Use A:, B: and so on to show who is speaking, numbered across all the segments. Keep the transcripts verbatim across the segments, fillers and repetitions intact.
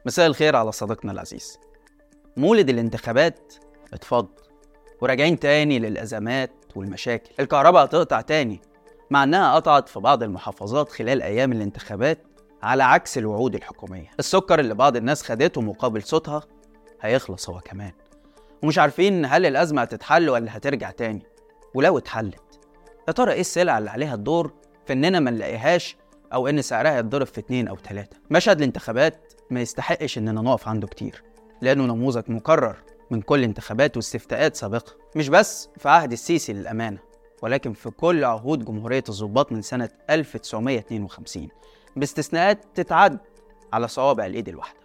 A: مساء الخير على صديقنا العزيز. مولد الانتخابات اتفض وراجعين تاني للأزمات والمشاكل. الكهرباء هتقطع تاني مع انها قطعت في بعض المحافظات خلال ايام الانتخابات على عكس الوعود الحكومية. السكر اللي بعض الناس خدته مقابل صوتها هيخلص هو كمان، ومش عارفين هل الأزمة هتتحل ولا هترجع تاني. ولو اتحلت يا ترى ايه السلعة اللي عليها الدور في اننا ما نلاقيهاش او ان سعرها يتضرب في اتنين او تلاتة؟ مشهد الانتخابات ما يستحقش اننا نقف عنده كتير، لانه نموذج مكرر من كل انتخابات واستفتاءات سابقة، مش بس في عهد السيسي للأمانة، ولكن في كل عهود جمهورية الضباط من سنة ألف وتسعمية اتنين وخمسين، باستثناءات تتعد على صوابع الإيد الواحدة.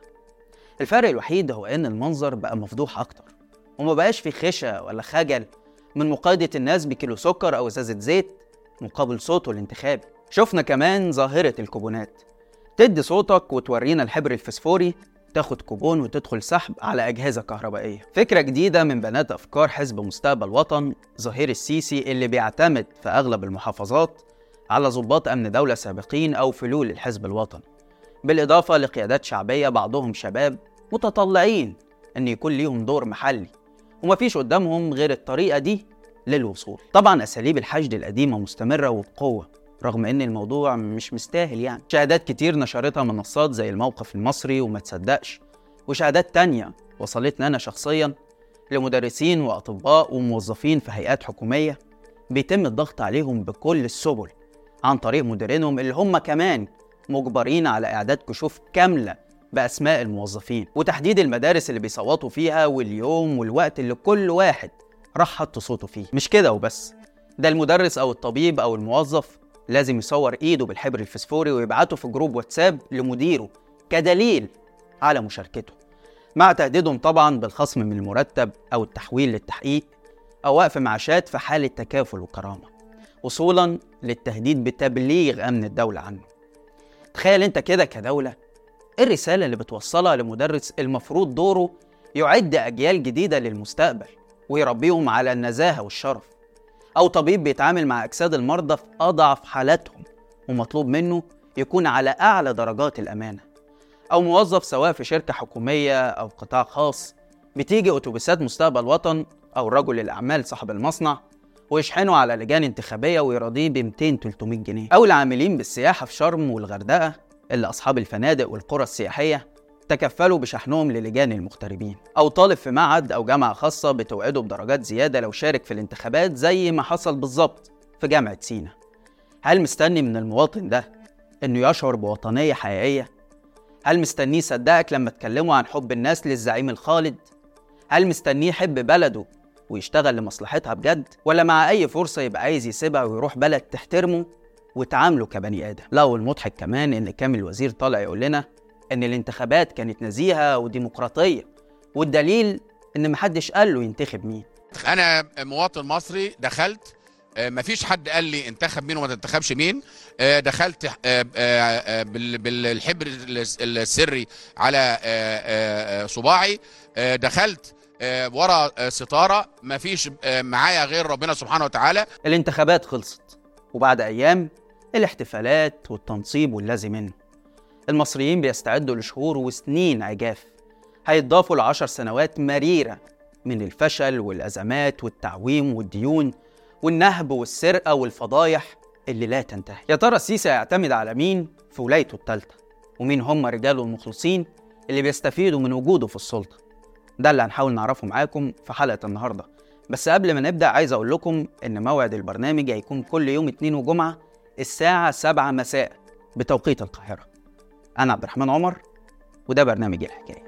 A: الفرق الوحيد هو إن المنظر بقى مفضوح أكتر، وما بقاش في خشة ولا خجل من مقايضة الناس بكيلو سكر أو إزازة زيت مقابل صوته الانتخابي. شفنا كمان ظاهرة الكوبونات، تدي صوتك وتورينا الحبر الفسفوري، تاخد كوبون وتدخل سحب على أجهزة كهربائية. فكرة جديدة من بنات أفكار حزب مستقبل وطن ظهير السيسي، اللي بيعتمد في أغلب المحافظات على ضباط أمن دولة سابقين أو فلول الحزب الوطني، بالإضافة لقيادات شعبية بعضهم شباب متطلعين أن يكون ليهم دور محلي، ومفيش قدامهم غير الطريقة دي للوصول. طبعا أساليب الحشد القديمة مستمرة وبقوة، رغم ان الموضوع مش مستاهل يعني. شهادات كتير نشرتها منصات زي الموقف المصري وما تصدقش، وشهادات تانية وصلتنا انا شخصيا لمدرسين واطباء وموظفين في هيئات حكومية بيتم الضغط عليهم بكل السبل عن طريق مديرينهم، اللي هم كمان مجبرين على اعداد كشوف كاملة باسماء الموظفين وتحديد المدارس اللي بيصوتوا فيها واليوم والوقت اللي كل واحد راح حط صوته فيه. مش كده وبس، ده المدرس او الطبيب او الموظف لازم يصور ايده بالحبر الفسفوري ويبعته في جروب واتساب لمديره كدليل على مشاركته، مع تهديدهم طبعا بالخصم من المرتب او التحويل للتحقيق او وقف معاشات في حالة تكافل وكرامة، وصولا للتهديد بتبليغ امن الدولة عنه. تخيل انت كده كدولة ايه الرسالة اللي بتوصلها لمدرس المفروض دوره يعد اجيال جديدة للمستقبل ويربيهم على النزاهة والشرف، أو طبيب بيتعامل مع أجساد المرضى في أضعف حالاتهم ومطلوب منه يكون على أعلى درجات الأمانة، أو موظف سواء في شركة حكومية أو قطاع خاص بتيجي أتوبيسات مستقبل وطن أو رجل الأعمال صاحب المصنع ويشحنوا على لجان انتخابية ويراضيه ب مئتين تلتمية جنيه، أو العاملين بالسياحة في شرم والغردقة اللي أصحاب الفنادق والقرى السياحية تكفلوا بشحنهم للجان المغتربين، أو طالب في معهد أو جامعة خاصة بتوعده بدرجات زيادة لو شارك في الانتخابات زي ما حصل بالظبط في جامعة سينا. هل مستني من المواطن ده إنه يشعر بوطنية حقيقية؟ هل مستنيه يصدقك لما تكلمه عن حب الناس للزعيم الخالد؟ هل مستنيه يحب بلده ويشتغل لمصلحتها بجد؟ ولا مع أي فرصة يبقى عايز يسيبها ويروح بلد تحترمه وتعامله كبني آدم؟ لا، والمضحك كمان إن كامل الوزير طالع يقول لنا إن الانتخابات كانت نزيهة وديمقراطية، والدليل إن محدش قال له ينتخب مين.
B: أنا مواطن مصري دخلت، مفيش حد قال لي انتخب مين وما تنتخبش مين. دخلت بالحبر السري على صباعي، دخلت ورا ستارة، مفيش معايا غير ربنا سبحانه وتعالى.
A: الانتخابات خلصت، وبعد أيام الاحتفالات والتنصيب واللازم منه. المصريين بيستعدوا لشهور وسنين عجاف هيتضافوا لعشر سنوات مريرة من الفشل والأزمات والتعويم والديون والنهب والسرقة والفضايح اللي لا تنتهي. يا ترى السيسي هيعتمد على مين في ولايته الثالثة؟ ومين هم رجاله المخلصين اللي بيستفيدوا من وجوده في السلطة؟ ده اللي هنحاول نعرفه معاكم في حلقة النهاردة. بس قبل ما نبدأ عايز أقول لكم إن موعد البرنامج هيكون كل يوم اثنين وجمعة الساعة سبعة مساء بتوقيت القاهرة. أنا عبد الرحمن عمر، وده برنامج الحكاية.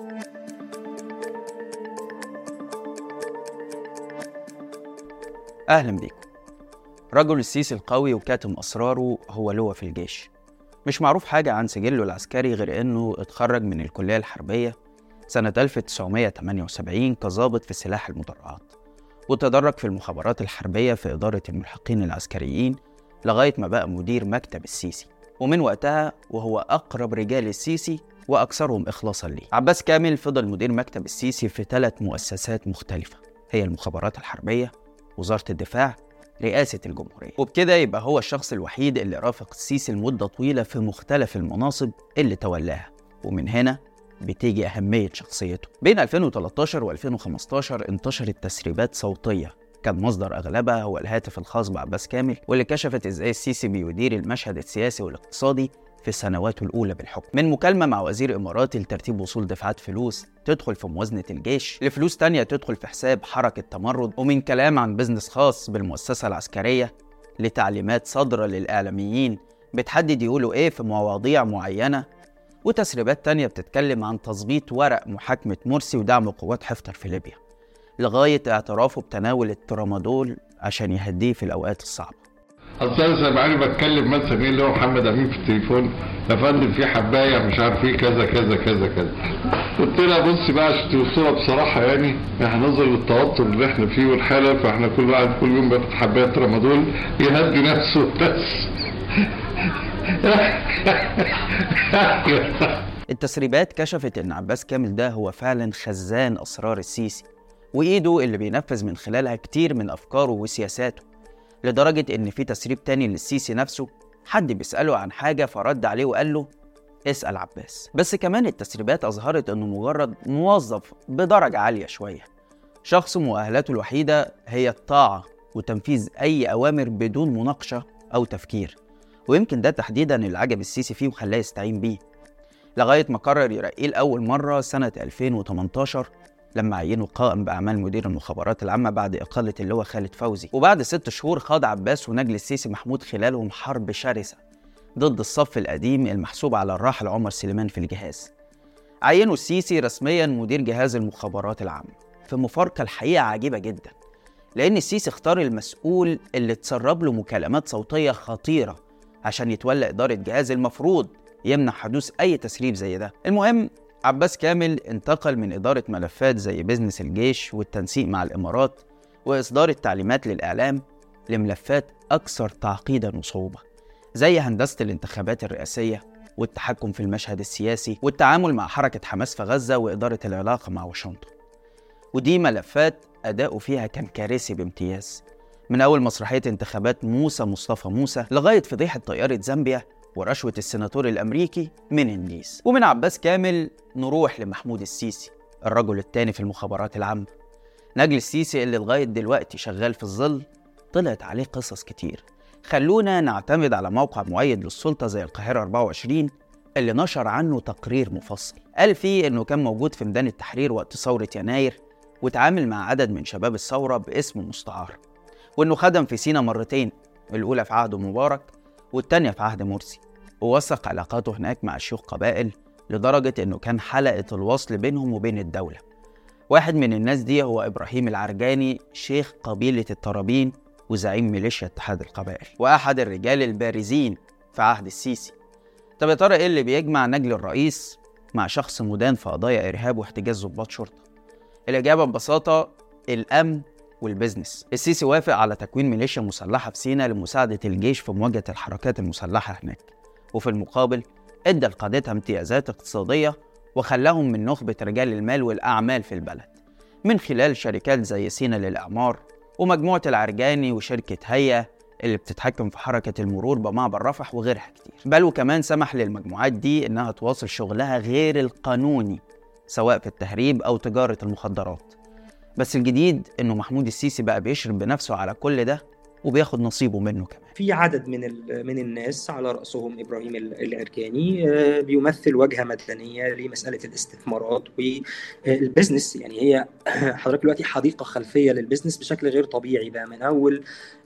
A: أهلا بيكم. رجل السيسي القوي وكاتم أسراره هو لواء في الجيش. مش معروف حاجة عن سجله العسكري غير إنه اتخرج من الكلية الحربية سنة ألف وتسعمية تمانية وسبعين كظابط في سلاح المدرعات، وتدرج في المخابرات الحربية في إدارة الملحقين العسكريين لغاية ما بقى مدير مكتب السيسي، ومن وقتها وهو أقرب رجال السيسي وأكثرهم إخلاصاً ليه. عباس كامل فضل مدير مكتب السيسي في ثلاث مؤسسات مختلفة، هي المخابرات الحربية، وزارة الدفاع، رئاسة الجمهورية. وبكده يبقى هو الشخص الوحيد اللي رافق السيسي لمدة طويلة في مختلف المناصب اللي تولاها، ومن هنا بتيجي أهمية شخصيته. بين ألفين وتلتاشر وألفين وخمستاشر انتشرت تسريبات صوتية كان مصدر أغلبها هو الهاتف الخاص بعباس كامل، واللي كشفت إزاي السيسي بيدير المشهد السياسي والاقتصادي في سنواته الأولى بالحكم، من مكالمة مع وزير إماراتي لترتيب وصول دفعات فلوس تدخل في موازنة الجيش لفلوس تانية تدخل في حساب حركة تمرد، ومن كلام عن بزنس خاص بالمؤسسة العسكرية لتعليمات صادرة للإعلاميين بتحدد يقولوا إيه في مواضيع معينة، وتسريبات تانية بتتكلم عن تظبيط ورق محاكمة مرسي ودعم قوات حفتر في ليبيا، لغاية اعترافه بتناول الترامادول عشان يهديه في الأوقات الصعبة.
C: اصل انا سامعني بتكلم مثلا ايه اللي هو محمد امين في التليفون، يا فندم في حبايه مش عارف ايه كذا كذا كذا كذا. قلت لها بصي بقى عشان توصلها بصراحه، يعني احنا نظرا للتوتر اللي احنا فيه والحاله، فاحنا كل واحد كل يوم بياخد حبايه ترامادول يهدي نفسه بس.
A: التسريبات كشفت ان عباس كامل ده هو فعلا خزان اسرار السيسي، وايده اللي بينفذ من خلالها كتير من افكاره وسياساته، لدرجة ان في تسريب تاني للسيسي نفسه حد بيسأله عن حاجة فرد عليه وقال له اسأل عباس. بس كمان التسريبات اظهرت انه مجرد موظف بدرجة عالية شوية، شخص مؤهلاته الوحيدة هي الطاعة وتنفيذ اي اوامر بدون مناقشة او تفكير، ويمكن ده تحديدا اللي عجب السيسي فيه وخلاه يستعين بيه، لغاية ما قرر يرقيه لأول مرة سنة ألفين وتمنتاشر لما عينه قائم بأعمال مدير المخابرات العامة بعد إقالة اللواء خالد فوزي. وبعد ست شهور خاض عباس ونجل السيسي محمود خلالهم حرب شرسة ضد الصف القديم المحسوب على الراحل عمر سليمان في الجهاز. عينه السيسي رسميا مدير جهاز المخابرات العامة في مفارقة الحقيقة عجيبة جدا، لأن السيسي اختار المسؤول اللي تسرب له مكالمات صوتية خطيرة عشان يتولى إدارة جهاز المفروض يمنع حدوث أي تسريب زي ده. المهم عباس كامل انتقل من إدارة ملفات زي بزنس الجيش والتنسيق مع الإمارات وإصدار التعليمات للإعلام لملفات أكثر تعقيدا وصعوبة، زي هندسة الانتخابات الرئاسية والتحكم في المشهد السياسي والتعامل مع حركة حماس في غزة وإدارة العلاقة مع واشنطن. ودي ملفات أداؤه فيها كان كارثي بامتياز، من أول مسرحية انتخابات موسى مصطفى موسى لغاية فضيحة طيارة زامبيا ورشوة السيناتور الأمريكي من النيس. ومن عباس كامل نروح لمحمود السيسي، الرجل الثاني في المخابرات العامة، نجل السيسي اللي لغاية دلوقتي شغال في الظل. طلعت عليه قصص كتير، خلونا نعتمد على موقع مؤيد للسلطة زي القاهرة أربعة وعشرين اللي نشر عنه تقرير مفصل، قال فيه إنه كان موجود في ميدان التحرير وقت ثورة يناير وتعامل مع عدد من شباب الثورة باسم مستعار، وإنه خدم في سينا مرتين، الأولى في عهد مبارك والتانية في عهد مرسي، ووثق علاقاته هناك مع شيوخ قبائل لدرجة إنه كان حلقة الوصل بينهم وبين الدولة. واحد من الناس دي هو إبراهيم العرجاني، شيخ قبيلة الترابين وزعيم ميليشيا اتحاد القبائل، وأحد الرجال البارزين في عهد السيسي. طب يا ترى إيه اللي بيجمع نجل الرئيس مع شخص مدان في قضايا إرهاب واحتجاز ضباط شرطة؟ الإجابة ببساطة الأمن والبزنس. السيسي وافق على تكوين ميليشيا مسلحة في سينا لمساعدة الجيش في مواجهة الحركات المسلحة هناك، وفي المقابل ادى لقادتها امتيازات اقتصادية وخلاهم من نخبة رجال المال والأعمال في البلد من خلال شركات زي سينا للإعمار ومجموعة العرجاني وشركة هيا اللي بتتحكم في حركة المرور بمعبر رفح وغيرها كتير. بل وكمان سمح للمجموعات دي إنها تواصل شغلها غير القانوني سواء في التهريب أو تجارة المخدرات. بس الجديد إنه محمود السيسي بقى بيشرب بنفسه على كل ده وبياخد نصيبه منه كمان.
D: في عدد من من الناس على رأسهم إبراهيم العرجاني بيمثل واجهة مدنية لمسألة الاستثمارات والبزنس. يعني هي حضرتك دلوقتي حديقة خلفية للبزنس بشكل غير طبيعي بقى، من أول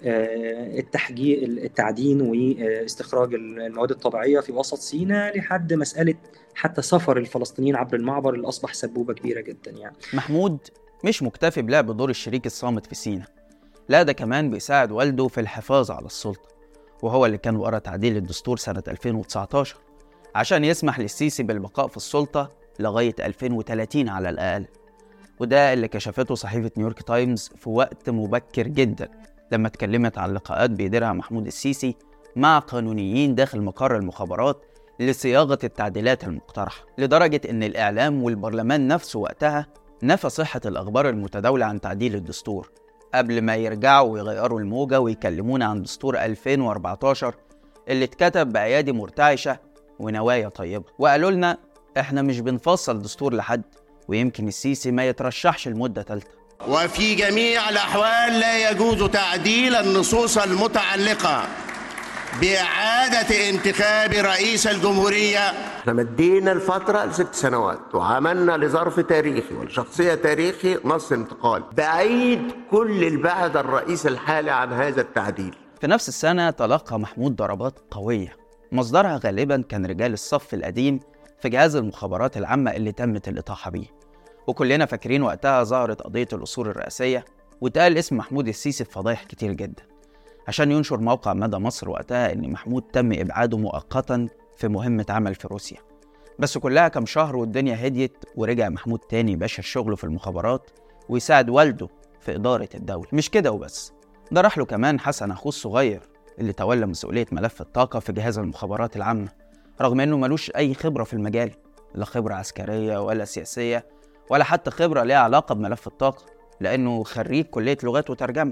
D: التحجير التعدين واستخراج المواد الطبيعية في وسط سيناء لحد مسألة حتى سفر الفلسطينيين عبر المعبر اللي أصبح سبوبة كبيرة جدا. يعني محمود
A: مش مكتفي بلعب دور الشريك الصامت في سيناء، لا ده كمان بيساعد والده في الحفاظ على السلطة، وهو اللي كان ورا تعديل الدستور سنة ألفين وتسعتاشر عشان يسمح للسيسي بالبقاء في السلطة لغاية ألفين وثلاثين على الأقل. وده اللي كشفته صحيفة نيويورك تايمز في وقت مبكر جدا لما اتكلمت عن لقاءات بيديرها محمود السيسي مع قانونيين داخل مقر المخابرات لصياغة التعديلات المقترحة، لدرجة إن الإعلام والبرلمان نفسه وقتها نفى صحة الأخبار المتداولة عن تعديل الدستور قبل ما يرجعوا ويغيروا الموجة ويكلمونا عن دستور ألفين وأربعتاشر اللي اتكتب بأيادي مرتعشة ونوايا طيبة، وقالوا لنا احنا مش بنفصل دستور لحد، ويمكن السيسي ما يترشحش لمدة ثالثة.
E: وفي جميع الأحوال لا يجوز تعديل النصوص المتعلقة بإعادة انتخاب رئيس الجمهورية.
F: احنا مدينا الفترة لست سنوات وعملنا لظرف تاريخي ولشخصية تاريخي نص انتقال بعيد كل البعد الرئيس الحالي عن هذا التعديل.
A: في نفس السنة تلقى محمود ضربات قوية مصدرها غالبا كان رجال الصف القديم في جهاز المخابرات العامة اللي تمت الإطاحة بيه، وكلنا فاكرين وقتها ظهرت قضية الأصول الرئاسية واتقال اسم محمود السيسي في فضايح كتير جدا عشان ينشر موقع مدى مصر وقتها إن محمود تم إبعاده مؤقتا في مهمة عمل في روسيا. بس كلها كم شهر والدنيا هديت ورجع محمود تاني يباشر شغله في المخابرات ويساعد والده في إدارة الدولة. مش كده وبس، ده راح له كمان حسن أخوه الصغير اللي تولى مسؤولية ملف الطاقة في جهاز المخابرات العامة، رغم إنه ملوش أي خبرة في المجال، لا خبرة عسكرية ولا سياسية ولا حتى خبرة ليها علاقة بملف الطاقة، لأنه خريج كلية لغات وترجمة.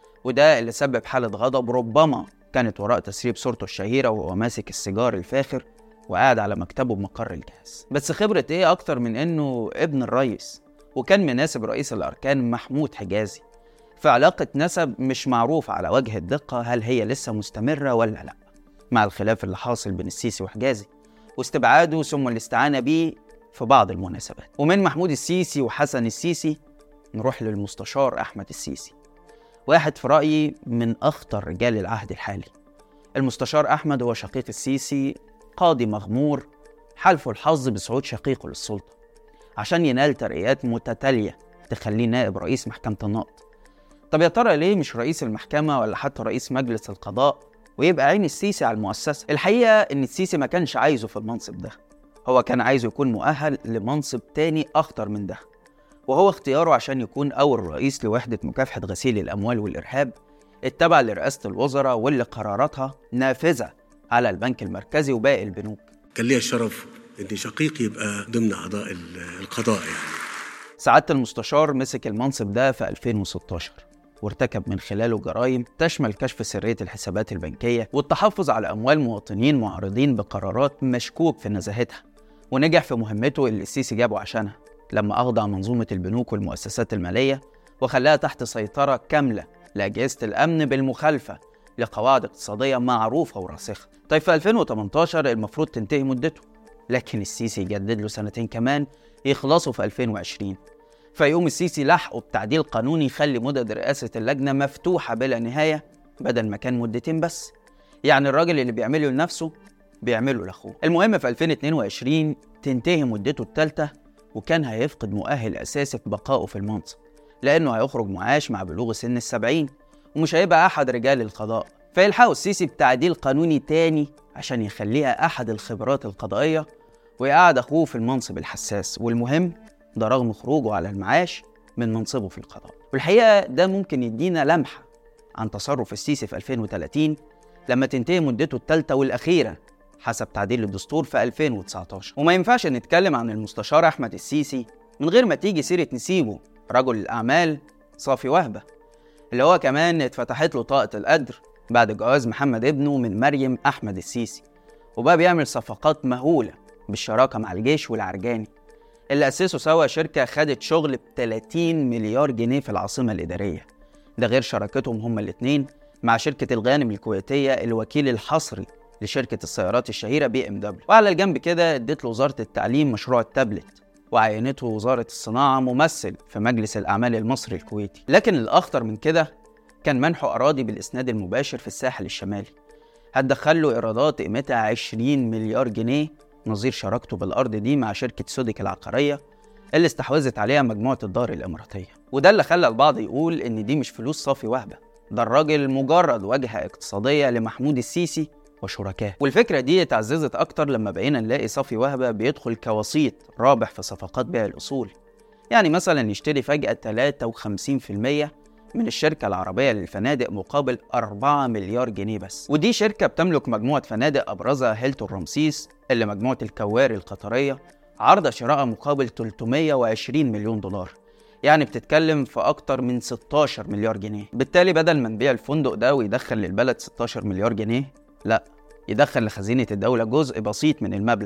A: وده اللي سبب حالة غضب ربما كانت وراء تسريب صورته الشهيرة وهو ماسك السيجار الفاخر وقاعد على مكتبه بمقر الجهاز. بس خبرة إيه أكتر من إنه ابن الرئيس وكان مناسب رئيس الأركان محمود حجازي، في علاقة نسب مش معروف على وجه الدقة هل هي لسه مستمرة ولا لأ، مع الخلاف اللي حاصل بين السيسي وحجازي واستبعاده ثم الاستعانة بيه في بعض المناسبات. ومن محمود السيسي وحسن السيسي نروح للمستشار أحمد السيسي، واحد في رأيي من أخطر رجال العهد الحالي. المستشار أحمد هو شقيق السيسي، قاضي مغمور حلفه الحظ بصعود شقيقه للسلطة عشان ينال ترقيات متتالية تخليه نائب رئيس محكمة النقض. طب يا ترى ليه مش رئيس المحكمة ولا حتى رئيس مجلس القضاء ويبقى عين السيسي على المؤسسة؟ الحقيقة إن السيسي ما كانش عايزه في المنصب ده، هو كان عايزه يكون مؤهل لمنصب تاني أخطر من ده، وهو اختياره عشان يكون أول رئيس لوحدة مكافحة غسيل الأموال والإرهاب التابعة لرئاسة الوزراء واللي قراراتها نافذة على البنك المركزي وباقي البنوك.
G: كان لي الشرف إن شقيقي يبقى ضمن أعضاء القضاء. يعني
A: سعادة المستشار مسك المنصب ده في ألفين وستاشر وارتكب من خلاله جرائم تشمل كشف سرية الحسابات البنكية والتحفظ على أموال مواطنين معارضين بقرارات مشكوك في نزاهتها، ونجح في مهمته اللي السيسي جابه عشانها لما أخضع منظومة البنوك والمؤسسات المالية وخلاها تحت سيطرة كاملة لأجهزة الأمن بالمخالفة لقواعد اقتصادية معروفة وراسخة. طيب في ألفين وتمنتاشر المفروض تنتهي مدته، لكن السيسي يجدد له سنتين كمان يخلصوا في ألفين وعشرين، فيقوم السيسي لحقه بتعديل قانوني يخلي مدة رئاسة اللجنة مفتوحة بلا نهاية بدل ما كان مدتين بس. يعني الراجل اللي بيعمله لنفسه بيعمله لأخوه. المهم في ألفين واتنين وعشرين تنتهي مدته الثالثة وكان هيفقد مؤهل أساسي في بقائه في المنصب، لأنه هيخرج معاش مع بلوغ سن السبعين ومش هيبقى أحد رجال القضاء، فيلحقوا السيسي بتعديل قانوني تاني عشان يخليها أحد الخبرات القضائية ويقعد أخوه في المنصب الحساس. والمهم ده رغم خروجه على المعاش من منصبه في القضاء. والحقيقة ده ممكن يدينا لمحة عن تصرف السيسي في ألفين وتلاتين لما تنتهي مدته الثالثة والأخيرة حسب تعديل الدستور في ألفين وتسعتاشر. وما ينفعش نتكلم عن المستشار أحمد السيسي من غير ما تيجي سيرة نسيبه رجل الأعمال صافي وهبة، اللي هو كمان اتفتحت له طاقة القدر بعد جواز محمد ابنه من مريم أحمد السيسي، وبقى بيعمل صفقات مهولة بالشراكة مع الجيش والعرجاني اللي أسسوا سوا شركة خدت شغل ب تلاتين مليار جنيه في العاصمة الإدارية، ده غير شراكتهم هما الاتنين مع شركة الغانم الكويتية الوكيل الحصري لشركة السيارات الشهيرة بي ام دبليو. وعلى الجنب كده ادت له وزارة التعليم مشروع التابلت، وعينته وزارة الصناعة ممثل في مجلس الأعمال المصري الكويتي. لكن الأخطر من كده كان منحه أراضي بالإسناد المباشر في الساحل الشمالي، هتدخل له إيرادات قيمتها عشرين مليار جنيه نظير شراكته بالأرض دي مع شركة سودك العقارية اللي استحوذت عليها مجموعة الدار الإماراتية. وده اللي خلى البعض يقول إن دي مش فلوس صافي وهبة، ده الراجل مجرد واجهة اقتصادية لمحمود السيسي وشركاه. والفكرة دي اتعززت أكتر لما بقينا نلاقي صافي وهبة بيدخل كوسيط رابح في صفقات بيع الأصول، يعني مثلا يشتري فجأة تلاتة وخمسين بالمية من الشركة العربية للفنادق مقابل أربعة مليار جنيه بس. ودي شركة بتملك مجموعة فنادق أبرزها هيلتون رمسيس اللي مجموعة الكواري القطرية عرض شراء مقابل تلتمية وعشرين مليون دولار، يعني بتتكلم في أكتر من ستاشر مليار جنيه. بالتالي بدل ما نبيع الفندق ده ويدخل للبلد ستاشر مليار جنيه، لا، يدخل لخزينة الدولة جزء بسيط من المبلغ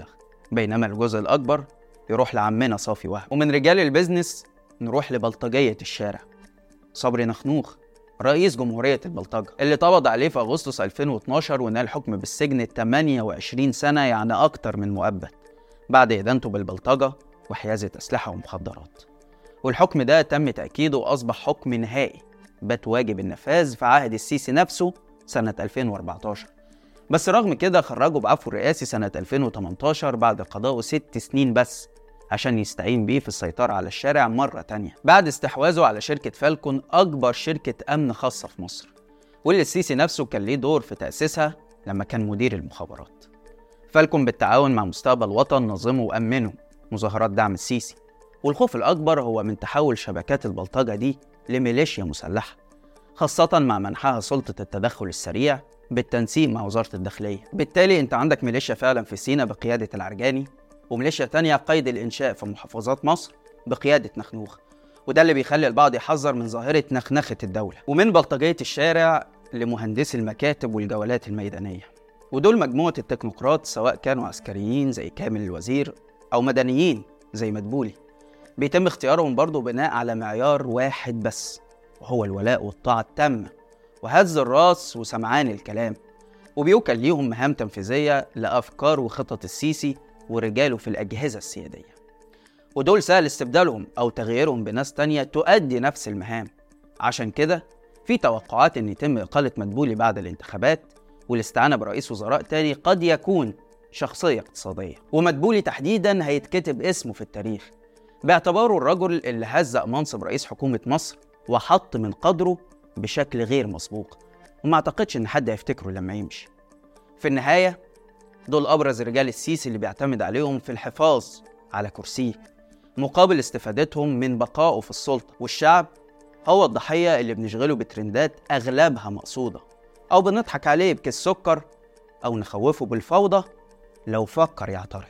A: بينما الجزء الأكبر يروح لعمنا صافي وهب. ومن رجال البيزنس نروح لبلطجية الشارع، صبري نخنوخ رئيس جمهورية البلطجة اللي اتقبض عليه في أغسطس ألفين واثناشر ونال حكم بالسجن ثمانية وعشرين سنة، يعني أكتر من مؤبد، بعد إدانته بالبلطجة وحيازة أسلحة ومخدرات. والحكم ده تم تأكيده وأصبح حكم نهائي بات واجب النفاذ في عهد السيسي نفسه سنة ألفين وأربعتاشر. بس رغم كده خرجوا بعفو الرئاسي سنة ألفين وتمنتاشر بعد قضائه ست سنين بس عشان يستعين بيه في السيطرة على الشارع مرة تانية بعد استحواذه على شركة فالكون، أكبر شركة أمن خاصة في مصر، واللي السيسي نفسه كان ليه دور في تأسيسها لما كان مدير المخابرات. فالكون بالتعاون مع مستقبل وطن نظموا وأمنوا مظاهرات دعم السيسي، والخوف الأكبر هو من تحول شبكات البلطجة دي لميليشيا مسلحة، خاصة مع منحها سلطة التدخل السريع بالتنسيق مع وزارة الداخلية. بالتالي انت عندك ميليشيا فعلا في سيناء بقيادة العرجاني، وميليشيا تانية قيد الإنشاء في محافظات مصر بقيادة نخنوخ، وده اللي بيخلي البعض يحذر من ظاهرة نخنخة الدولة، ومن بلطجية الشارع لمهندسي المكاتب والجولات الميدانية. ودول مجموعة التكنوقراط سواء كانوا عسكريين زي كامل الوزير أو مدنيين زي مدبولي، بيتم اختيارهم برضو بناء على معيار واحد بس، وهو الولاء والطاعة التامة وهز الراس وسمعان الكلام، وبيوكل ليهم مهام تنفيذية لأفكار وخطط السيسي ورجاله في الأجهزة السيادية. ودول سهل استبدالهم أو تغييرهم بناس تانية تؤدي نفس المهام. عشان كده في توقعات أن يتم إقالة مدبولي بعد الانتخابات والاستعانة برئيس وزراء تاني قد يكون شخصية اقتصادية، ومدبولي تحديدا هيتكتب اسمه في التاريخ باعتباره الرجل اللي هزق منصب رئيس حكومة مصر وحط من قدره بشكل غير مسبوق، وما اعتقدش ان حد هيفتكره لما يمشي. في النهاية دول أبرز رجال السيسي اللي بيعتمد عليهم في الحفاظ على كرسيه مقابل استفادتهم من بقائه في السلطة، والشعب هو الضحية اللي بنشغله بترندات أغلبها مقصودة، أو بنضحك عليه بكيس سكر، أو نخوفه بالفوضى لو فكر يعترض.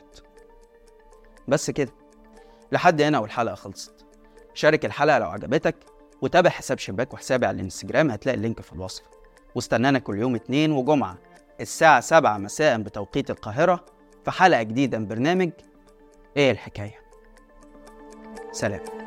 A: بس كده، لحد هنا والحلقة خلصت. شارك الحلقة لو عجبتك، وتابع حساب شباك وحسابي على الانستجرام، هتلاقي اللينك في الوصف. واستنانا كل يوم اثنين وجمعة الساعة سبعة مساء بتوقيت القاهرة في حلقة جديدة من برنامج ايه الحكاية. سلام.